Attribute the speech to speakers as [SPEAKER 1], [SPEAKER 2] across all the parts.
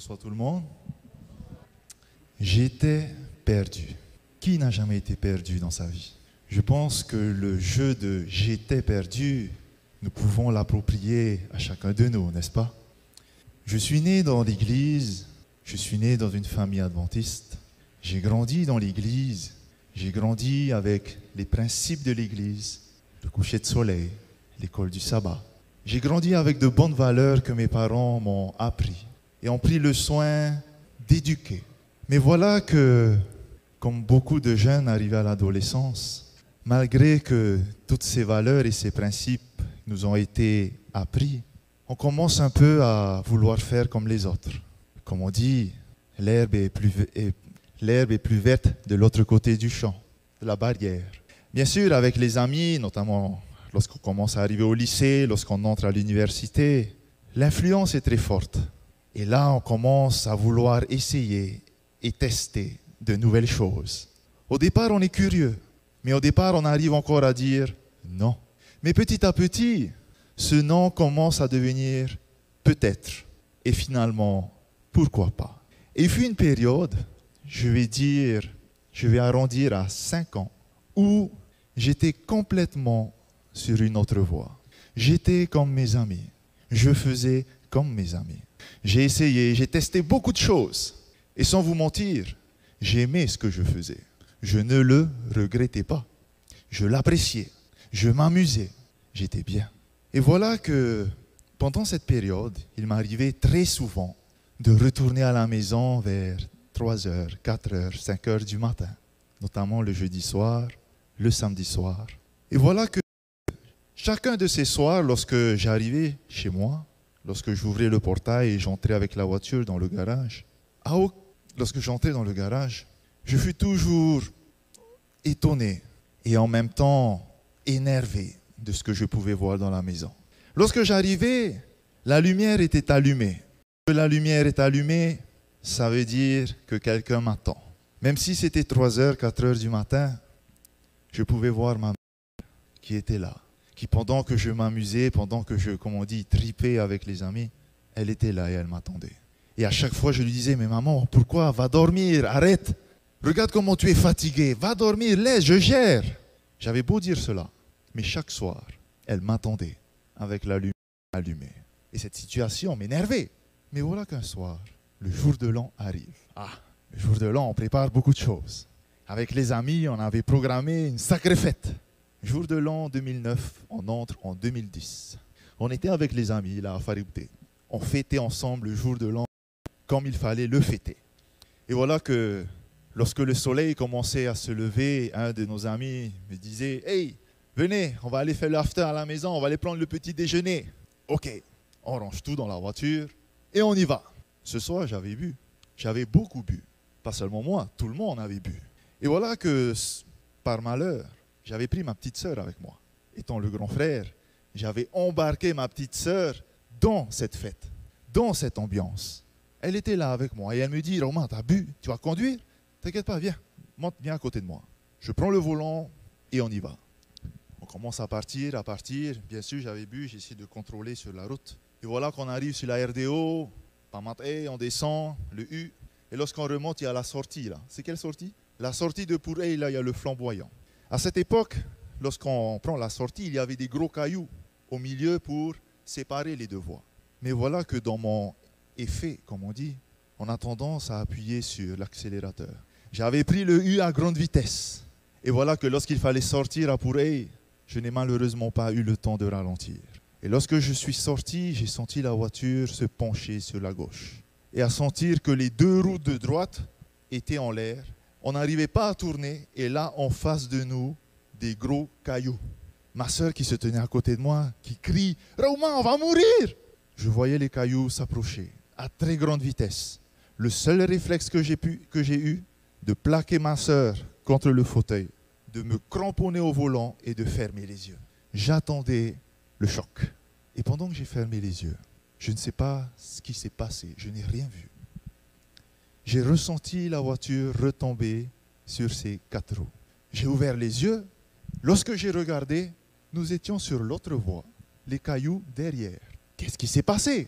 [SPEAKER 1] Bonsoir tout le monde. J'étais perdu. Qui n'a jamais été perdu dans sa vie? Je pense que le jeu de j'étais perdu, nous pouvons l'approprier à chacun de nous, n'est-ce pas? Je suis né dans l'église, je suis né dans une famille adventiste. J'ai grandi dans l'église, j'ai grandi avec les principes de l'église, le coucher de soleil, l'école du sabbat. J'ai grandi avec de bonnes valeurs que mes parents m'ont appris et ont pris le soin d'éduquer. Mais voilà que, comme beaucoup de jeunes arrivés à l'adolescence, malgré que toutes ces valeurs et ces principes nous ont été appris, on commence un peu à vouloir faire comme les autres. Comme on dit, l'herbe est plus verte de l'autre côté du champ, de la barrière. Bien sûr, avec les amis, notamment lorsqu'on commence à arriver au lycée, lorsqu'on entre à l'université, l'influence est très forte. Et là, on commence à vouloir essayer et tester de nouvelles choses. Au départ, on est curieux, mais au départ, on arrive encore à dire non. Mais petit à petit, ce non commence à devenir peut-être, et finalement, pourquoi pas. Et il fut une période, je vais arrondir à 5 ans, où j'étais complètement sur une autre voie. J'étais comme mes amis, je faisais comme mes amis. J'ai essayé, j'ai testé beaucoup de choses. Et sans vous mentir, j'aimais ce que je faisais. Je ne le regrettais pas. Je l'appréciais. Je m'amusais. J'étais bien. Et voilà que pendant cette période, il m'arrivait très souvent de retourner à la maison vers 3h, 4h, 5h du matin, notamment le jeudi soir, le samedi soir. Et voilà que chacun de ces soirs, lorsque j'arrivais chez moi, lorsque j'ouvrais le portail et j'entrais avec la voiture dans le garage, lorsque j'entrais dans le garage, je fus toujours étonné et en même temps énervé de ce que je pouvais voir dans la maison. Lorsque j'arrivais, la lumière était allumée. Que la lumière est allumée, ça veut dire que quelqu'un m'attend. Même si c'était 3h, 4h du matin, je pouvais voir ma mère qui était là, qui pendant que je m'amusais, pendant que je, comme on dit, tripais avec les amis, elle était là et elle m'attendait. Et à chaque fois, je lui disais, mais maman, pourquoi? Va dormir, arrête. Regarde comment tu es fatigué, va dormir, laisse, je gère. J'avais beau dire cela, mais chaque soir, elle m'attendait avec la lumière allumée. Et cette situation m'énervait. Mais voilà qu'un soir, le jour de l'an arrive. Le jour de l'an, on prépare beaucoup de choses. Avec les amis, on avait programmé une sacrée fête. Jour de l'an 2009, on entre en 2010. On était avec les amis là à Faribouté. On fêtait ensemble le jour de l'an comme il fallait le fêter. Et voilà que lorsque le soleil commençait à se lever, un de nos amis me disait « Hey, venez, on va aller faire l'after à la maison, on va aller prendre le petit déjeuner. » Ok, on range tout dans la voiture et on y va. Ce soir, j'avais bu. J'avais beaucoup bu. Pas seulement moi, tout le monde avait bu. Et voilà que, par malheur, j'avais pris ma petite sœur avec moi. Étant le grand frère, j'avais embarqué ma petite sœur dans cette fête, dans cette ambiance. Elle était là avec moi et elle me dit « Romain, t'as bu, tu vas conduire? T'inquiète pas, viens, monte bien à côté de moi. » Je prends le volant et on y va. On commence à partir. Bien sûr, j'avais bu, j'ai essayé de contrôler sur la route. Et voilà qu'on arrive sur la RDO, on descend, le U. Et lorsqu'on remonte, il y a la sortie là. C'est quelle sortie? La sortie de Pourey, là, il y a le flamboyant. À cette époque, lorsqu'on prend la sortie, il y avait des gros cailloux au milieu pour séparer les deux voies. Mais voilà que dans mon effet, comme on dit, on a tendance à appuyer sur l'accélérateur. J'avais pris le U à grande vitesse. Et voilà que lorsqu'il fallait sortir à Pourey, je n'ai malheureusement pas eu le temps de ralentir. Et lorsque je suis sorti, j'ai senti la voiture se pencher sur la gauche. Et à sentir que les deux roues de droite étaient en l'air. On n'arrivait pas à tourner. Et là, en face de nous, des gros cailloux. Ma sœur qui se tenait à côté de moi, qui crie « Romain, on va mourir !» Je voyais les cailloux s'approcher à très grande vitesse. Le seul réflexe que j'ai eu, de plaquer ma sœur contre le fauteuil, de me cramponner au volant et de fermer les yeux. J'attendais le choc. Et pendant que j'ai fermé les yeux, je ne sais pas ce qui s'est passé, je n'ai rien vu. J'ai ressenti la voiture retomber sur ses 4 roues. J'ai ouvert les yeux. Lorsque j'ai regardé, nous étions sur l'autre voie, les cailloux derrière. Qu'est-ce qui s'est passé?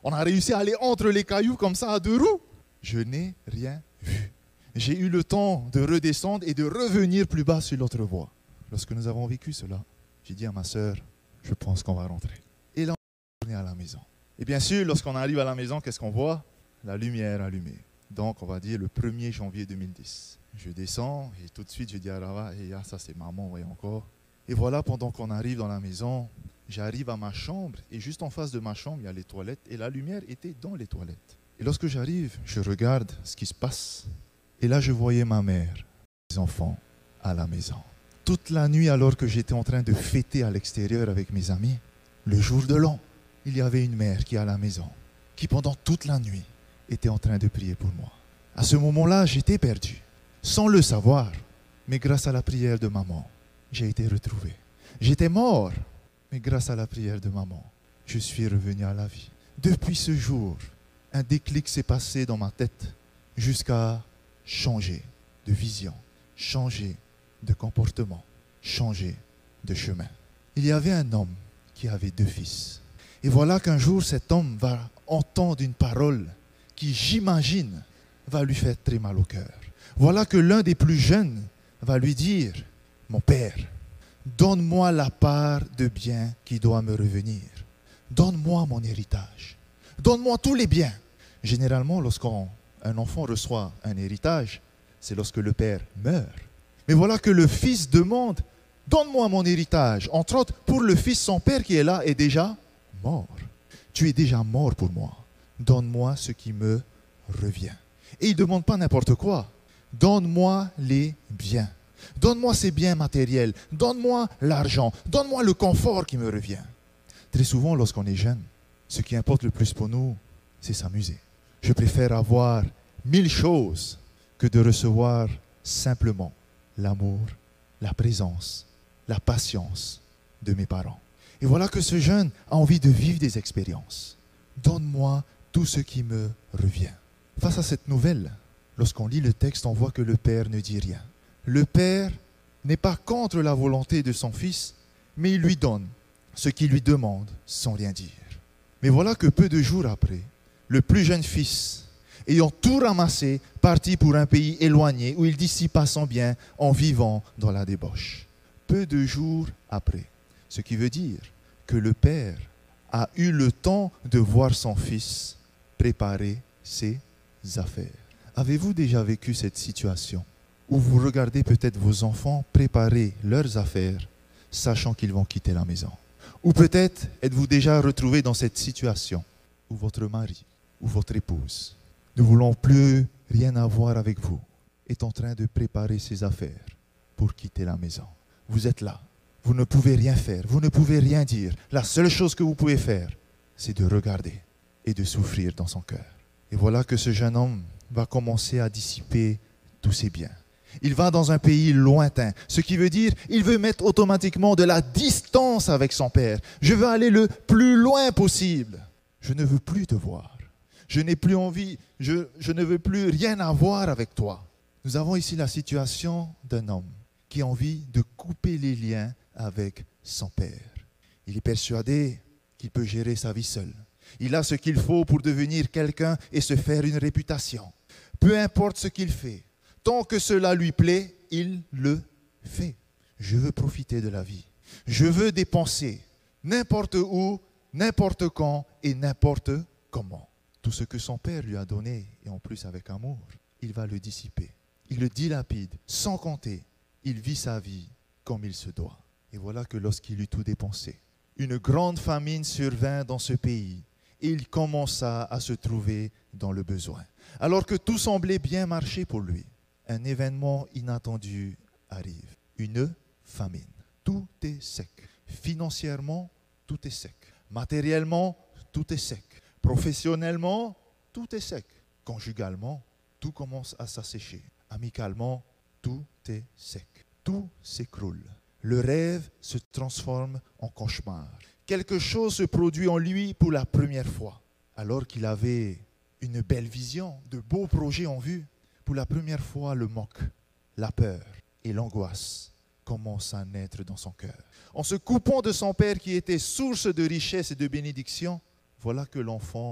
[SPEAKER 1] On a réussi à aller entre les cailloux comme ça à 2 roues. Je n'ai rien vu. J'ai eu le temps de redescendre et de revenir plus bas sur l'autre voie. Lorsque nous avons vécu cela, j'ai dit à ma sœur, je pense qu'on va rentrer. Et là, on est à la maison. Et bien sûr, lorsqu'on arrive à la maison, qu'est-ce qu'on voit? La lumière allumée. Donc, on va dire le 1er janvier 2010. Je descends et tout de suite, je dis à Rava, ça c'est maman, et encore. Et voilà, pendant qu'on arrive dans la maison, j'arrive à ma chambre et juste en face de ma chambre, il y a les toilettes et la lumière était dans les toilettes. Et lorsque j'arrive, je regarde ce qui se passe. Et là, je voyais ma mère, mes enfants à la maison. Toute la nuit, alors que j'étais en train de fêter à l'extérieur avec mes amis, le jour de l'an, il y avait une mère qui est à la maison, qui pendant toute la nuit était en train de prier pour moi. À ce moment-là, j'étais perdu, sans le savoir, mais grâce à la prière de maman, j'ai été retrouvé. J'étais mort, mais grâce à la prière de maman, je suis revenu à la vie. Depuis ce jour, un déclic s'est passé dans ma tête jusqu'à changer de vision, changer de comportement, changer de chemin. Il y avait un homme qui avait 2 fils. Et voilà qu'un jour, cet homme va entendre une parole qui, j'imagine, va lui faire très mal au cœur. Voilà que l'un des plus jeunes va lui dire, « Mon père, donne-moi la part de bien qui doit me revenir. Donne-moi mon héritage. Donne-moi tous les biens. » Généralement, lorsqu'un enfant reçoit un héritage, c'est lorsque le père meurt. Mais voilà que le fils demande, « Donne-moi mon héritage. » Entre autres, pour le fils, son père qui est là est déjà mort. Tu es déjà mort pour moi. Donne-moi ce qui me revient. Et il ne demande pas n'importe quoi. Donne-moi les biens. Donne-moi ces biens matériels. Donne-moi l'argent. Donne-moi le confort qui me revient. Très souvent, lorsqu'on est jeune, ce qui importe le plus pour nous, c'est s'amuser. Je préfère avoir 1000 choses que de recevoir simplement l'amour, la présence, la patience de mes parents. Et voilà que ce jeune a envie de vivre des expériences. Donne-moi tout ce qui me revient. Face à cette nouvelle, lorsqu'on lit le texte, on voit que le père ne dit rien. Le père n'est pas contre la volonté de son fils, mais il lui donne ce qu'il lui demande sans rien dire. Mais voilà que peu de jours après, le plus jeune fils, ayant tout ramassé, partit pour un pays éloigné où il dissipa son bien en vivant dans la débauche. Peu de jours après. Ce qui veut dire que le père a eu le temps de voir son fils préparer ses affaires. Avez-vous déjà vécu cette situation où vous regardez peut-être vos enfants préparer leurs affaires, sachant qu'ils vont quitter la maison? Ou peut-être êtes-vous déjà retrouvé dans cette situation où votre mari ou votre épouse, ne voulant plus rien avoir avec vous, est en train de préparer ses affaires pour quitter la maison. Vous êtes là. Vous ne pouvez rien faire, vous ne pouvez rien dire. La seule chose que vous pouvez faire, c'est de regarder et de souffrir dans son cœur. Et voilà que ce jeune homme va commencer à dissiper tous ses biens. Il va dans un pays lointain, ce qui veut dire qu'il veut mettre automatiquement de la distance avec son père. Je veux aller le plus loin possible. Je ne veux plus te voir. Je n'ai plus envie, je ne veux plus rien avoir avec toi. Nous avons ici la situation d'un homme qui a envie de couper les liens avec son père. Il est persuadé qu'il peut gérer sa vie seul. Il a ce qu'il faut pour devenir quelqu'un et se faire une réputation. Peu importe ce qu'il fait, tant que cela lui plaît, il le fait. Je veux profiter de la vie. Je veux dépenser n'importe où, n'importe quand et n'importe comment. Tout ce que son père lui a donné, et en plus avec amour, il va le dissiper. Il le dilapide sans compter. Il vit sa vie comme il se doit. Et voilà que lorsqu'il eut tout dépensé, une grande famine survint dans ce pays et il commença à se trouver dans le besoin. Alors que tout semblait bien marcher pour lui, un événement inattendu arrive. Une famine. Tout est sec. Financièrement, tout est sec. Matériellement, tout est sec. Professionnellement, tout est sec. Conjugalement, tout commence à s'assécher. Amicalement, tout est sec. Tout s'écroule. Le rêve se transforme en cauchemar. Quelque chose se produit en lui pour la première fois. Alors qu'il avait une belle vision, de beaux projets en vue, pour la première fois, le moque, la peur et l'angoisse commencent à naître dans son cœur. En se coupant de son père qui était source de richesse et de bénédiction, voilà que l'enfant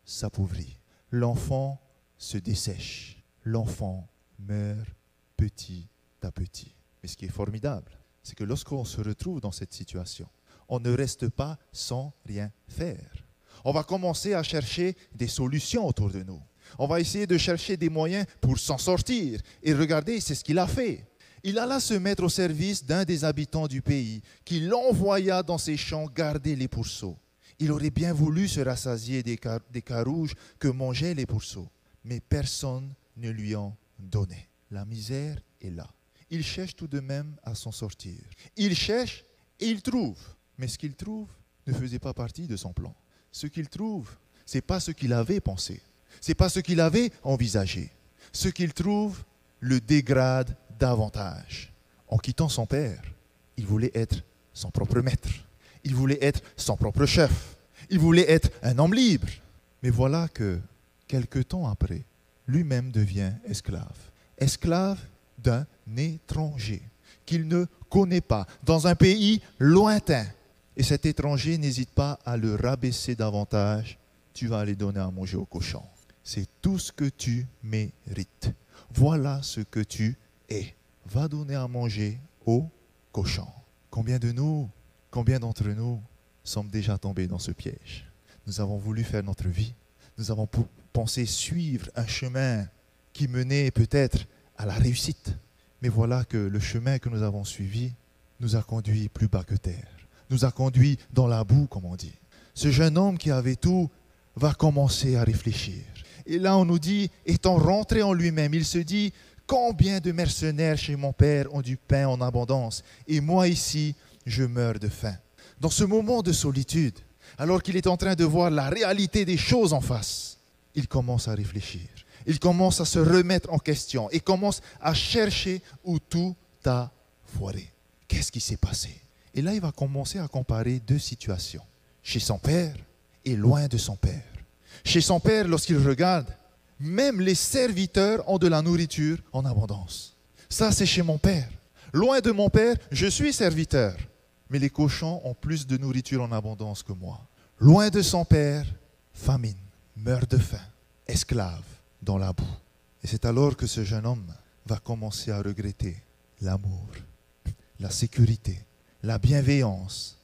[SPEAKER 1] s'appauvrit. L'enfant se dessèche. L'enfant meurt petit à petit. Mais ce qui est formidable, c'est que lorsqu'on se retrouve dans cette situation, on ne reste pas sans rien faire. On va commencer à chercher des solutions autour de nous. On va essayer de chercher des moyens pour s'en sortir. Et regardez, c'est ce qu'il a fait. Il alla se mettre au service d'un des habitants du pays, qui l'envoya dans ses champs garder les pourceaux. Il aurait bien voulu se rassasier des carouges que mangeaient les pourceaux, mais personne ne lui en donnait. La misère est là. Il cherche tout de même à s'en sortir. Il cherche et il trouve. Mais ce qu'il trouve ne faisait pas partie de son plan. Ce qu'il trouve, ce n'est pas ce qu'il avait pensé. Ce n'est pas ce qu'il avait envisagé. Ce qu'il trouve le dégrade davantage. En quittant son père, il voulait être son propre maître. Il voulait être son propre chef. Il voulait être un homme libre. Mais voilà que, quelque temps après, lui-même devient esclave. Esclave d'un étranger qu'il ne connaît pas, dans un pays lointain. Et cet étranger n'hésite pas à le rabaisser davantage. Tu vas aller donner à manger aux cochons. C'est tout ce que tu mérites. Voilà ce que tu es. Va donner à manger aux cochons. Combien d'entre nous sommes déjà tombés dans ce piège? Nous avons voulu faire notre vie. Nous avons pensé suivre un chemin qui menait peut-être à la réussite. Mais voilà que le chemin que nous avons suivi nous a conduits plus bas que terre. Nous a conduits dans la boue, comme on dit. Ce jeune homme qui avait tout va commencer à réfléchir. Et là, on nous dit, étant rentré en lui-même, il se dit, combien de mercenaires chez mon père ont du pain en abondance, et moi ici, je meurs de faim. Dans ce moment de solitude, alors qu'il est en train de voir la réalité des choses en face, il commence à réfléchir. Il commence à se remettre en question et commence à chercher où tout a foiré. Qu'est-ce qui s'est passé? Et là, il va commencer à comparer deux situations. Chez son père et loin de son père. Chez son père, lorsqu'il regarde, même les serviteurs ont de la nourriture en abondance. Ça, c'est chez mon père. Loin de mon père, je suis serviteur. Mais les cochons ont plus de nourriture en abondance que moi. Loin de son père, famine, meurt de faim, esclave dans la boue. Et c'est alors que ce jeune homme va commencer à regretter l'amour, la sécurité, la bienveillance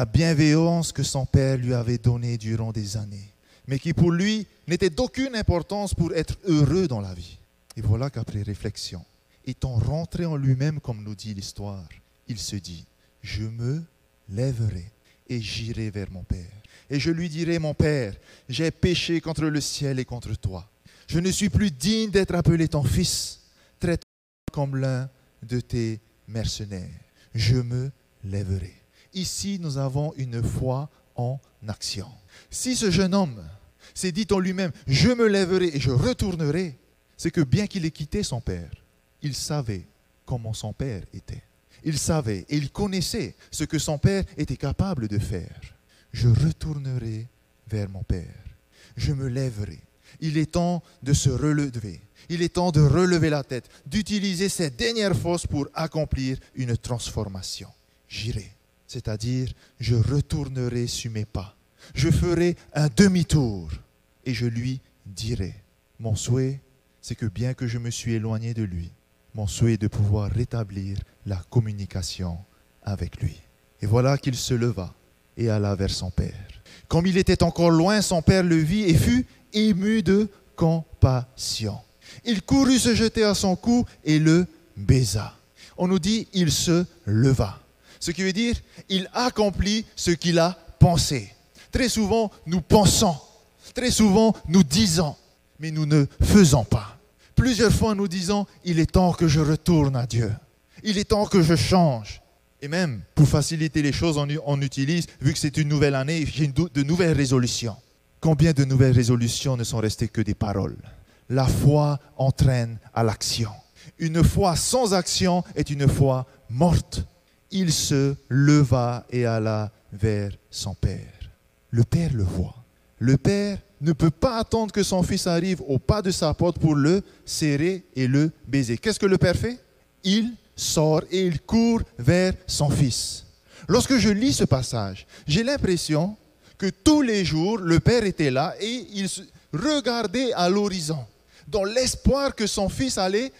[SPEAKER 1] que son père lui avait donnée durant des années, mais qui pour lui n'était d'aucune importance pour être heureux dans la vie. Et voilà qu'après réflexion, étant rentré en lui-même, comme nous dit l'histoire, il se dit, je me lèverai et j'irai vers mon père. Et je lui dirai, mon père, j'ai péché contre le ciel et contre toi. Je ne suis plus digne d'être appelé ton fils. Traite-moi comme l'un de tes mercenaires. Je me lèverai. Ici, nous avons une foi en action. Si ce jeune homme s'est dit en lui-même, je me lèverai et je retournerai, c'est que bien qu'il ait quitté son père, il savait comment son père était. Il savait et il connaissait ce que son père était capable de faire. Je retournerai vers mon père. Je me lèverai. Il est temps de se relever. Il est temps de relever la tête, d'utiliser ses dernières forces pour accomplir une transformation. J'irai, c'est-à-dire je retournerai sur mes pas. Je ferai un demi-tour et je lui dirai. Mon souhait, c'est que bien que je me suis éloigné de lui, mon souhait est de pouvoir rétablir la communication avec lui. Et voilà qu'il se leva et alla vers son père. Comme il était encore loin, son père le vit et fut ému de compassion. Il courut se jeter à son cou et le baisa. On nous dit, il se leva. Ce qui veut dire, il accomplit ce qu'il a pensé. Très souvent, nous pensons. Très souvent, nous disons, mais nous ne faisons pas. Plusieurs fois, nous disons, il est temps que je retourne à Dieu. Il est temps que je change. Et même, pour faciliter les choses, on utilise, vu que c'est une nouvelle année, j'ai de nouvelles résolutions. Combien de nouvelles résolutions ne sont restées que des paroles? La foi entraîne à l'action. Une foi sans action est une foi morte. Il se leva et alla vers son père. Le père le voit. Le père ne peut pas attendre que son fils arrive au pas de sa porte pour le serrer et le baiser. Qu'est-ce que le père fait? Il sort et il court vers son fils. Lorsque je lis ce passage, j'ai l'impression que tous les jours, le père était là et il regardait à l'horizon, dans l'espoir que son fils allait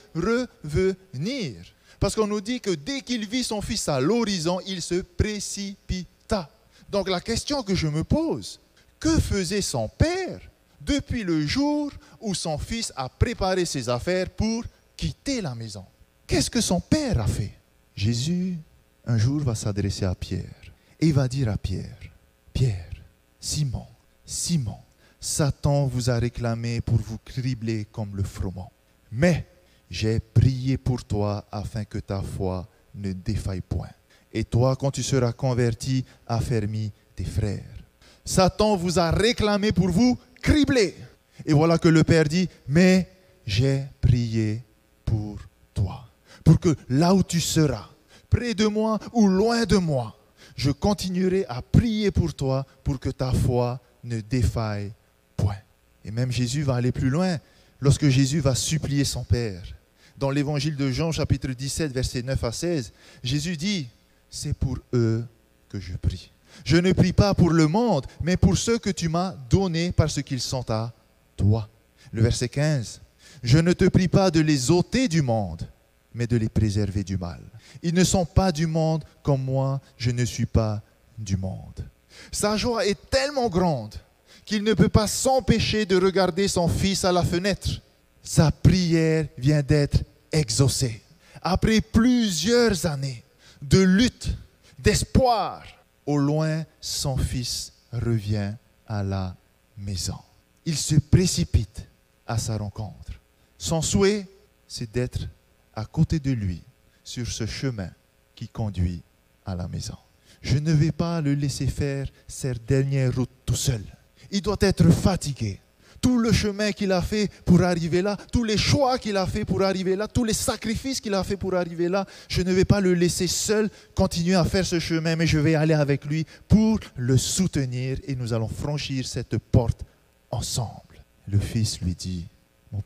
[SPEAKER 1] revenir. Parce qu'on nous dit que dès qu'il vit son fils à l'horizon, il se précipita. Donc la question que je me pose, que faisait son père depuis le jour où son fils a préparé ses affaires pour quitter la maison? Qu'est-ce que son père a fait? Jésus, un jour, va s'adresser à Pierre et il va dire à Pierre, Pierre, Simon, Simon, Satan vous a réclamé pour vous cribler comme le froment. Mais j'ai prié pour toi afin que ta foi ne défaille point. Et toi, quand tu seras converti, affermis tes frères. Satan vous a réclamé pour vous cribler. Et voilà que le Père dit, mais j'ai prié pour toi. Pour que là où tu seras, près de moi ou loin de moi, je continuerai à prier pour toi pour que ta foi ne défaille point. Et même Jésus va aller plus loin lorsque Jésus va supplier son Père. Dans l'évangile de Jean, chapitre 17, versets 9 à 16, Jésus dit, c'est pour eux que je prie. Je ne prie pas pour le monde, mais pour ceux que tu m'as donnés parce qu'ils sont à toi. Le verset 15, je ne te prie pas de les ôter du monde, mais de les préserver du mal. Ils ne sont pas du monde comme moi, je ne suis pas du monde. Sa joie est tellement grande qu'il ne peut pas s'empêcher de regarder son fils à la fenêtre. Sa prière vient d'être exaucée. Après plusieurs années de lutte, d'espoir, au loin, son fils revient à la maison. Il se précipite à sa rencontre. Son souhait, c'est d'être à côté de lui sur ce chemin qui conduit à la maison. Je ne vais pas le laisser faire cette dernière route tout seul. Il doit être fatigué. Tout le chemin qu'il a fait pour arriver là, tous les choix qu'il a fait pour arriver là, tous les sacrifices qu'il a fait pour arriver là, je ne vais pas le laisser seul continuer à faire ce chemin, mais je vais aller avec lui pour le soutenir et nous allons franchir cette porte ensemble. Le fils lui dit, mon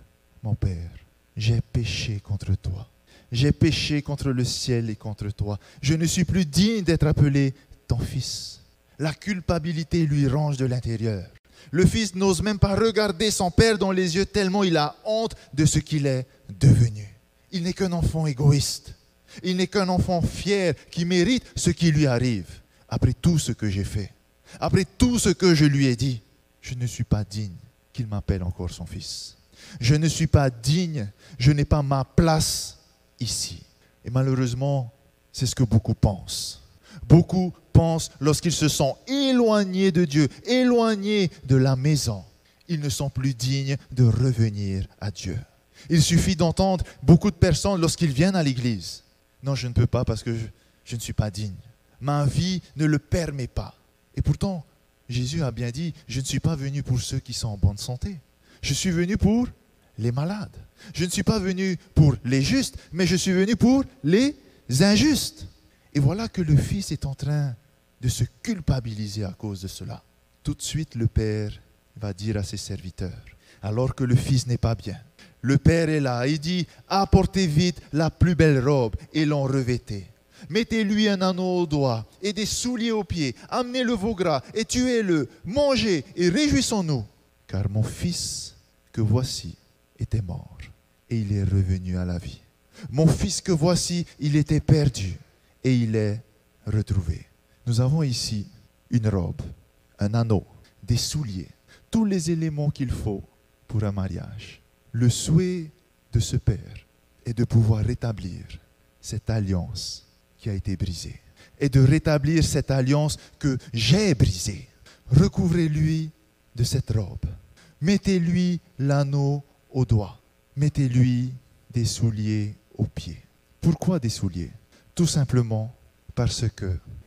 [SPEAKER 1] père, j'ai péché contre toi. J'ai péché contre le ciel et contre toi. Je ne suis plus digne d'être appelé ton fils. La culpabilité lui ronge de l'intérieur. Le fils n'ose même pas regarder son père dans les yeux tellement il a honte de ce qu'il est devenu. Il n'est qu'un enfant égoïste. Il n'est qu'un enfant fier qui mérite ce qui lui arrive. Après tout ce que j'ai fait, après tout ce que je lui ai dit, je ne suis pas digne qu'il m'appelle encore son fils. Je ne suis pas digne, je n'ai pas ma place ici. Et malheureusement, c'est ce que beaucoup pensent. Beaucoup pensent lorsqu'ils se sont éloignés de Dieu, éloignés de la maison, ils ne sont plus dignes de revenir à Dieu. Il suffit d'entendre beaucoup de personnes lorsqu'ils viennent à l'église. Non, je ne peux pas parce que je ne suis pas digne. Ma vie ne le permet pas. Et pourtant, Jésus a bien dit, je ne suis pas venu pour ceux qui sont en bonne santé. Je suis venu pour les malades. Je ne suis pas venu pour les justes, mais je suis venu pour les injustes. Et voilà que le fils est en train de se culpabiliser à cause de cela. Tout de suite, le père va dire à ses serviteurs, alors que le fils n'est pas bien. Le père est là, il dit, apportez vite la plus belle robe et l'en revêtez. Mettez-lui un anneau au doigt et des souliers aux pieds. Amenez le veau gras et tuez-le. Mangez et réjouissons-nous. Car mon fils que voici était mort et il est revenu à la vie. Mon fils que voici, il était perdu et il est retrouvé. Nous avons ici une robe, un anneau, des souliers, tous les éléments qu'il faut pour un mariage. Le souhait de ce père est de pouvoir rétablir cette alliance qui a été brisée et de rétablir cette alliance que j'ai brisée. Recouvrez-lui de cette robe. Mettez-lui l'anneau au doigt. Mettez-lui des souliers aux pieds. Pourquoi des souliers? Tout simplement parce que